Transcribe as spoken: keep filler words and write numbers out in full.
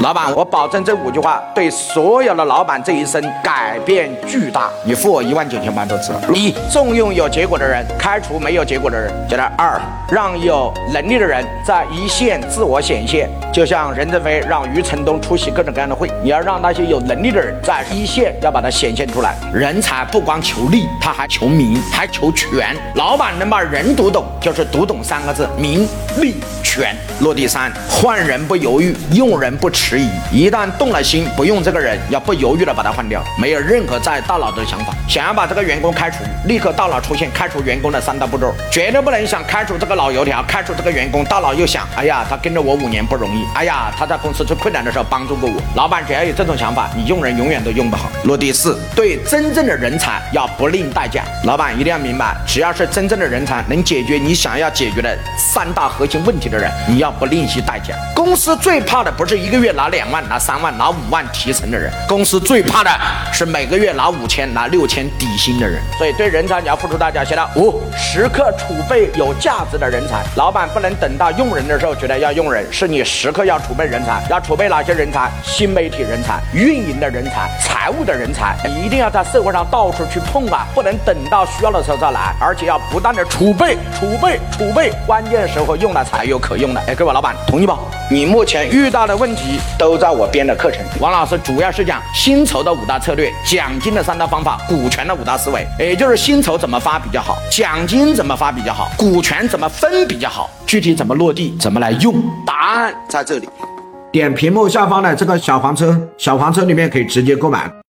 老板，我保证这五句话对所有的老板这一生改变巨大。你付我一万九千八都值了。一，重用有结果的人，开除没有结果的人。接着二，让有能力的人在一线自我显现，就像任正非让余承东出席各种各样的会，你要让那些有能力的人在一线要把它显现出来。人才不光求利，他还求名，还求权。老板能把人读懂，就是读懂三个字：名利权。落地三，换人不犹豫，用人不迟疑。一旦动了心不用这个人，要不犹豫的把他换掉，没有任何在大脑的想法。想要把这个员工开除，立刻大脑出现开除员工的三大步骤，绝对不能想开除这个老油条，开除这个员工，大脑又想，哎呀，他跟着我五年不容易，哎呀，他在公司最困难的时候帮助过我。老板只要有这种想法，你用人永远都用不好。落地四，对真正的人才要不吝代价。老板一定要明白，只要是真正的人才，能解决你想要解决的三大核心问题的人，你要不吝惜代价。公司最怕的不是一个月拿两万、拿三万、拿五万提成的人，公司最怕的是每个月拿五千、拿六千底薪的人。所以对人才你要付出代价。写到五，时刻储备有价值的人才。老板不能等到用人的时候觉得要用人，是你时刻要储备人才。要储备哪些人才？新媒体人才、运营的人才、财务的人才，你一定要在社会上到处去碰啊，不能等到需要的时候再来，而且要不断的储备、储备、储备，关键时候用了才有可用的。哎，各位老板，同意吧？你目前遇到的问题都在我编的课程。王老师主要是讲薪酬的五大策略、奖金的三大方法、股权的五大思维，也就是薪酬怎么发比较好，奖金怎么发比较好，股权怎么分比较好，具体怎么落地，怎么来用，答案在这里。点屏幕下方的这个小黄车，小黄车里面可以直接购买。